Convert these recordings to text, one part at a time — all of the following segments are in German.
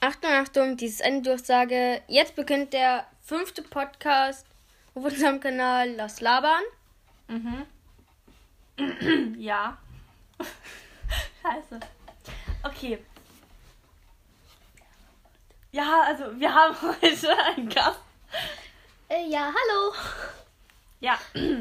Achtung, Achtung, dieses Enddurchsage. Jetzt beginnt der 5. Podcast auf unserem Kanal Lass Labern. Ja. Scheiße. Okay. Ja, also wir haben heute einen Gast. Ja, hallo. Ja.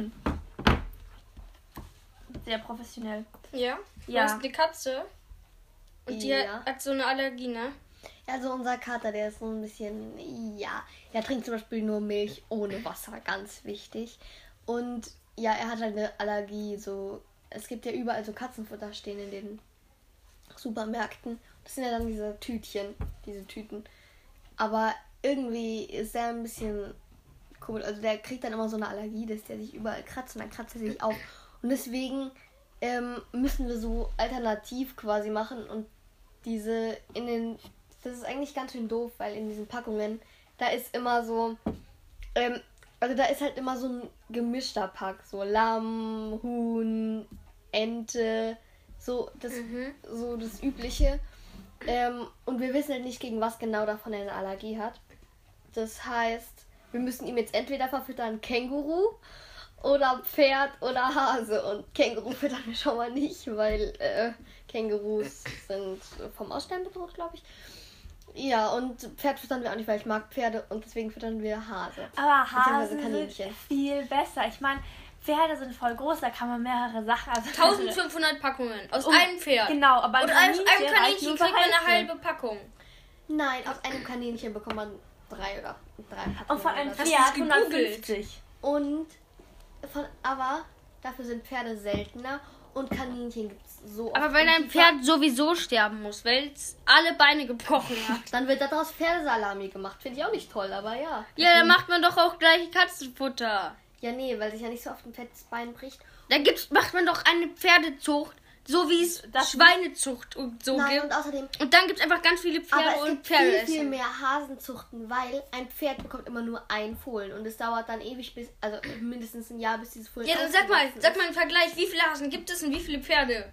Sehr professionell. Ja? Ja. Du hast eine Katze. Und die Ja. hat so eine Allergie, ne? Also unser Kater, der ist so ein bisschen, ja, er trinkt zum Beispiel nur Milch ohne Wasser, ganz wichtig. Und ja, er hat halt eine Allergie, so, es gibt ja überall so Katzenfutter stehen in den Supermärkten. Das sind ja dann diese Tüten. Aber irgendwie ist er ein bisschen komisch, also der kriegt dann immer so eine Allergie, dass der sich überall kratzt und dann kratzt er sich auf. Und deswegen müssen wir so alternativ quasi machen und das ist eigentlich ganz schön doof, weil in diesen Packungen, da ist immer so, also da ist halt immer so ein gemischter Pack, so Lamm, Huhn, Ente, so das Übliche. Und wir wissen halt nicht, gegen was genau davon er eine Allergie hat. Das heißt, wir müssen ihm jetzt entweder verfüttern Känguru oder Pferd oder Hase. Und Känguru füttern wir schon mal nicht, weil Kängurus sind vom Aussterben bedroht, glaube ich. Ja, und Pferd füttern wir auch nicht, weil ich mag Pferde und deswegen füttern wir Hase. Aber Beziehungsweise Hasen Kaninchen. sind viel besser. Ich meine, Pferde sind voll groß, da kann man mehrere Sachen... Also 1500 Packungen aus einem Pferd. Genau, aber Und aus Kaninchen einem reicht Kaninchen nur kriegt für man eine Hälfte. halbe Packung. Nein, aus einem Kaninchen bekommt man drei Packungen. Und von einem oder so. Pferd Hast du's gegoogelt? 150. Und aber dafür sind Pferde seltener und Kaninchen gibt es so oft. Aber wenn Und ein die Pferd sowieso sterben muss, weil es alle Beine gebrochen hat. Dann wird daraus Pferdesalami gemacht. Finde ich auch nicht toll, aber ja. Ja, dann macht man doch auch gleich Katzenfutter. Ja, nee, weil sich ja nicht so oft ein fettes Bein bricht. Da macht man doch eine Pferdezucht, so wie es Das- Schweinezucht und so Nein, gibt. und außerdem, Und dann gibt es einfach ganz viele aber Pferde es und gibt Pferde. viel mehr Hasenzuchten, weil ein Pferd bekommt immer nur ein Fohlen und es dauert dann ewig also mindestens ein Jahr, bis dieses Fohlen Ja, dann ausgewachsen sag mal im Vergleich, wie viele Hasen gibt es und wie viele Pferde?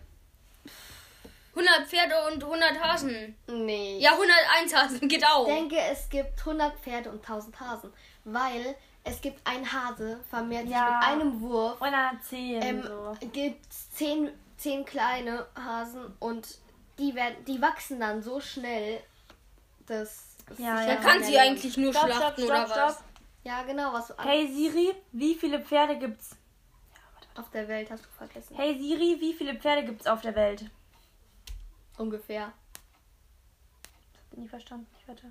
100 Pferde und 100 Hasen. Nee. Ja, 101 Hasen geht auch. Ich denke, es gibt 100 Pferde und 1000 Hasen, weil es gibt ein Hase, vermehrt sich Ja. mit einem Wurf. Oder 10 so. Gibt es 10 kleine Hasen und die wachsen dann so schnell, dass Ja, Dann ja. kann sie eigentlich nur schlachten oder was? Stopp. Ja, genau, was du Hey Siri, wie viele Pferde gibt's? auf der Welt hast du vergessen. Hey Siri, wie viele Pferde gibt's auf der Welt? Ungefähr. Ich hab nie verstanden. Ich warte.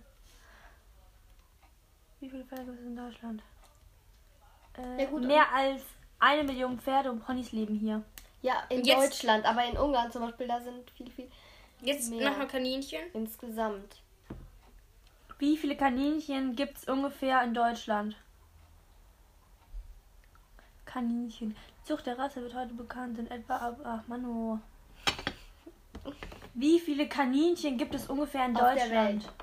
Wie viele Pferde gibt es in Deutschland? Ja, gut, mehr als 1 Million Pferde und Ponys leben hier. Ja, in Jetzt- Deutschland, aber in Ungarn zum Beispiel, da sind viel Jetzt Mehr. noch mal Kaninchen. insgesamt. Wie viele Kaninchen gibt es ungefähr in Deutschland? Kaninchen. Die Zucht der Rasse wird heute bekannt in etwa ab... Ach, Manu. Wie viele Kaninchen gibt es ungefähr in Auf der Deutschland? Welt.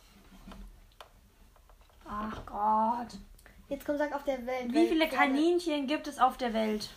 Ach Gott. Jetzt komm, sag auf der Welt. Wie weil viele Pferde- Kaninchen gibt es auf der Welt?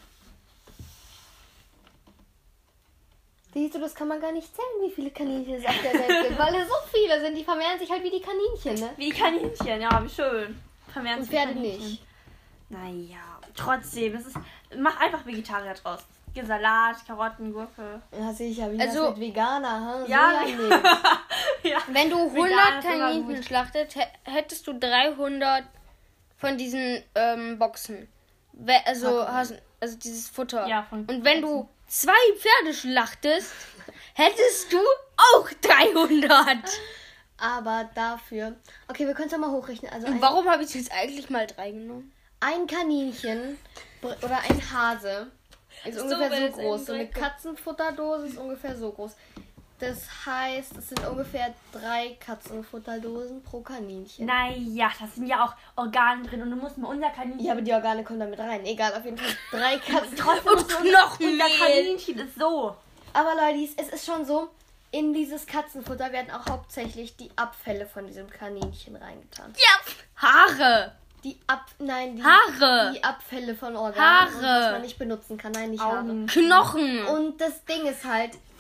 Siehst du, das kann man gar nicht zählen, wie viele Kaninchen es auf der Welt gibt, weil es so viele sind. Die vermehren sich halt wie die Kaninchen, ne? Wie die Kaninchen, ja, wie schön. Vermehren Und sich wie Pferde Kaninchen. nicht. Naja, trotzdem. Mach einfach Vegetarier draus. Geh Salat, Karotten, Gurke. Ja, sicher, wie Also- das mit Veganer, hä? Ja, nicht. Ja. Wenn du 100 Vegan ist immer Kaninchen gut. schlachtet, hättest du 300 von diesen Boxen. Also dieses Futter. Ja, von Und wenn du 2 Pferde schlachtest, hättest du auch 300. Aber dafür... Okay, wir können es ja mal hochrechnen. Also Und warum habe ich jetzt eigentlich mal 3 genommen? ein Kaninchen oder ein Hase ist So, ungefähr weil so es groß. So ein eine Dreck- Katzenfutterdose ist ungefähr so groß. Das heißt, es sind ungefähr 3 Katzenfutterdosen pro Kaninchen. Naja, da sind ja auch Organe drin und du musst mal unser Kaninchen... Ja, aber die Organe kommen damit rein. Egal, auf jeden Fall 3 Katzen. Trotzdem Und ist unser Knochenmehl. Kaninchen ist so. Aber Leute, es ist schon so, in dieses Katzenfutter werden auch hauptsächlich die Abfälle von diesem Kaninchen reingetan. Ja. Haare. Die Haare. Die Abfälle von Organen, Haare. was man nicht benutzen kann. Nein, nicht Augen. Haare. Knochen. Und das Ding ist halt,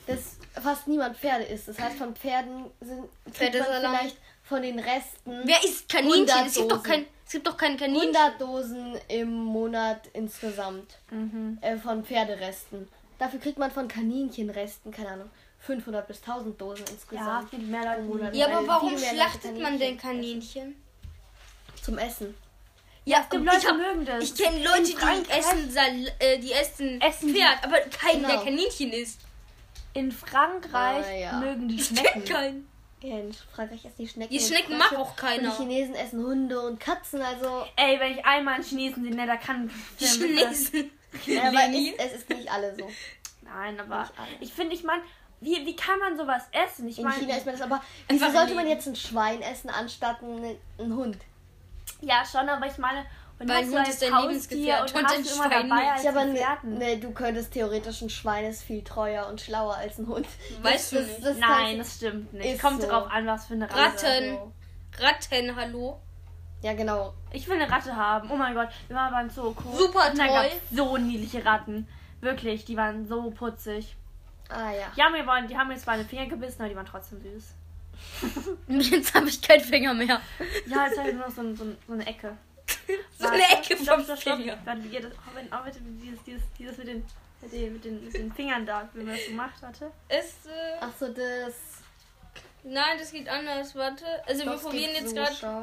dass fast niemand Pferde isst. Das heißt, von Pferden kriegt man Pferdesalat. vielleicht von den Resten Wer isst Kaninchen? 100 Es gibt doch keine Kaninchen. 100 Dosen im Monat insgesamt von Pferderesten. Dafür kriegt man von Kaninchenresten, keine Ahnung, 500 bis 1000 Dosen Ja, insgesamt. viel mehr Leute. Monat. Ja, Weil aber warum viel mehr schlachtet Leute man denn Kaninchen Kaninchen? Zum Essen. Ja, Die und Leute mögen das. ich kenne Leute, die essen Pferd, aber keinen, der Genau. Kaninchen isst. In Frankreich ja. mögen die Ich Schnecken. kenn keinen. Ja, in Frankreich essen die Schnecken. Die und Schnecken Frösche. mag auch Und keiner. die Chinesen essen Hunde und Katzen, also... Ey, wenn ich einmal einen Chinesen sehe, ne, da kann... Die Chinesen. Aber es ist nicht alle so. Nein, aber Nicht alle. ich meine, wie kann man sowas essen? Ich In meine, China isst man das aber... Wieso Einfach sollte man leben. jetzt ein Schwein essen, anstatt einen Hund? ja schon, aber ich meine, und Weil hast ein du Hund als ist dein Haustier Lebensgefährte und und hast ein du immer Schwein dabei nicht. als Ja, aber Gefährten. du könntest theoretisch, ein Schwein ist viel treuer und schlauer als ein Hund. Weißt du nicht. Nein, das stimmt nicht. ist Kommt so. drauf an, was für eine Rasse. Ratten. So. Ratten, hallo. Ja, genau. Ich will eine Ratte haben. Oh mein Gott, wir waren beim Zoo. Super und da toll. gab's so niedliche Ratten. Wirklich, die waren so putzig. Ah ja. Die haben mir zwar in den Finger gebissen, aber die waren trotzdem süß. Jetzt habe ich keinen Finger mehr. Ja, jetzt habe ich nur noch so eine Ecke. So eine Ecke vom Stopp. Finger. Warte, wie geht das? Auch bitte dieses mit den Fingern da, wie man das gemacht hatte. Ach so, das... Nein, das geht anders. Warte. Also wir das probieren geht jetzt so, gerade. schau.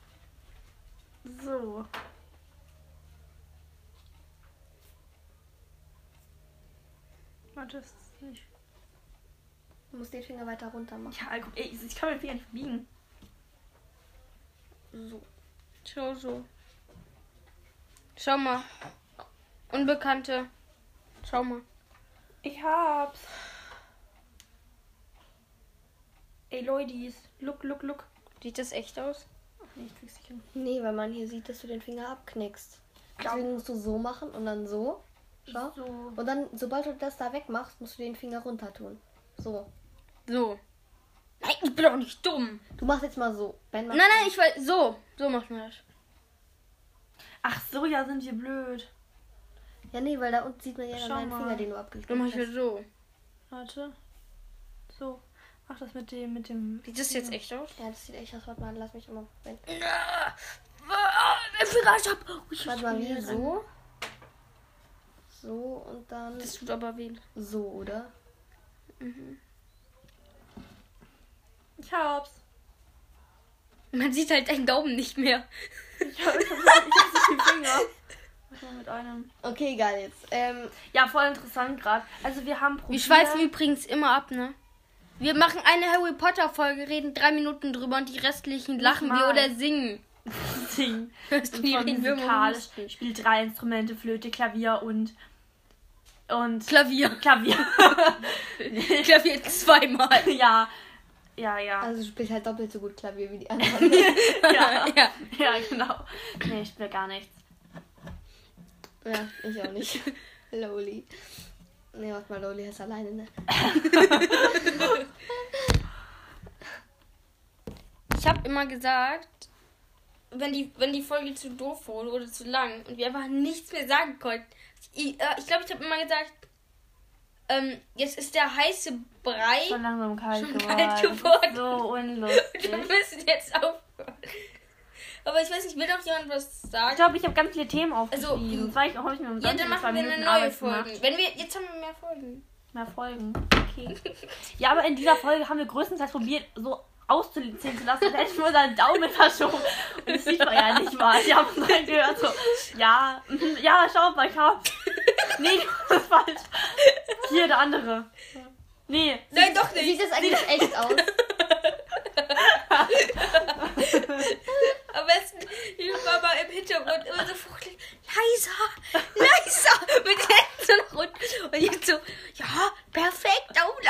So. Warte, das ist nicht. Du musst den Finger weiter runter machen. Ja, guck, ey, ich kann meinen Finger nicht biegen. So. Schau so. Schau mal. Unbekannte. Schau mal. Ich hab's. Ey, Leute, look. Sieht das echt aus? Ach nee, ich krieg's nicht hin. Nee, weil man hier sieht, dass du den Finger abknickst. Ja. Deswegen musst du so machen und dann so. Schau. So. Und dann, sobald du das da wegmachst, musst du den Finger runter tun. So. So. Nein, ich bin doch nicht dumm. Du machst jetzt mal so. Ben macht Nein, ich weiß. So. So macht man das. Ach so, ja, sind wir blöd. Ja, nee, weil da unten sieht man ja dann Schau deinen mal. Finger, den du abgeknickt Dann mach ich hast. halt so. Warte. So. Ach, das mit dem. Sieht das jetzt echt aus? Ja, das sieht echt aus. Warte mal, lass mich immer. Ben. Warte mal, wie so? So und dann Das tut aber weh. so, oder? Ich hab's. Man sieht halt deinen Daumen nicht mehr. Ich hab nicht die Finger. Mach mal mit einem. Okay, egal jetzt. Ja, voll interessant gerade. Also wir haben Wir probiert. schweifen übrigens immer ab, ne? Wir machen eine Harry Potter Folge, reden 3 Minuten drüber und die restlichen lachen wir mal. oder singen. Singen. Hörst du, die Voll reden wir immer musikalisch. lustig. Spielt 3 Instrumente, Flöte, Klavier und Klavier. Klavier. Klavier zweimal. ja. also du spielst halt doppelt so gut Klavier wie die anderen. ja. Ja. Ja, genau. Nee, ich spiele gar nichts. Ja, ich auch nicht. Loli. Nee, warte mal, Loli ist alleine, ne? Ich habe immer gesagt, wenn die Folge zu doof wurde oder zu lang und wir einfach nichts mehr sagen konnten. Ich glaube, ich habe immer gesagt, jetzt ist der heiße Brei. Schon langsam kalt Schon geworden. kalt geworden. So unlustig. Wir müssen jetzt aufhören. Aber ich weiß nicht, will doch jemand was Ich sagen? glaube, ich habe ganz viele Themen Also, aufgeschrieben. Das war ich auch nicht mehr Ja, dann machen wir eine neue Folge. Jetzt haben wir mehr Folgen. Mehr Folgen. Okay. Ja, aber in dieser Folge haben wir größtenteils probiert, so auszuziehen zu lassen. Da hätte ich nur seinen Daumen verschoben. Und das sieht man ja nicht mal. Ich habe dann gehört so, ja, schau mal, ich hab. Nee, das ist falsch. Hier, der andere. Nee. Nein, doch nicht. Sieht das eigentlich echt aus? Am besten die Mama im Hintergrund immer so fuchtelig. Leiser! Mit den Händen so nach unten. Und jetzt so, ja, perfekt, Daumen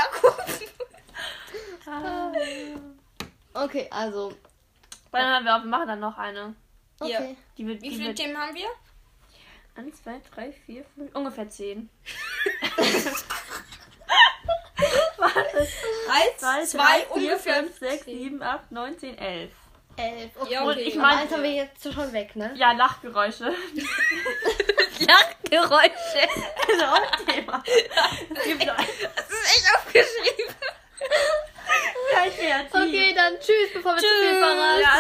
nach oben. Okay, also. Dann wir machen dann noch eine. Okay. Ja. Wie Die viele Themen haben wir? 1, 2, 3, 4, 5, ungefähr 10. 1, 2, ungefähr 5, 6, 7, 8, 9, 10, 11. 11. Okay. Ja, Und okay. ich Aber meine, eins haben wir jetzt schon weg, ne? ja, Lachgeräusche. Lachgeräusche. Geräusche. Das ist auch ein Thema. Es gibt noch Das ist echt aufgeschrieben. kein Kreativ. Okay, dann tschüss, bevor wir zu viel Tschüss. verraten. Ja,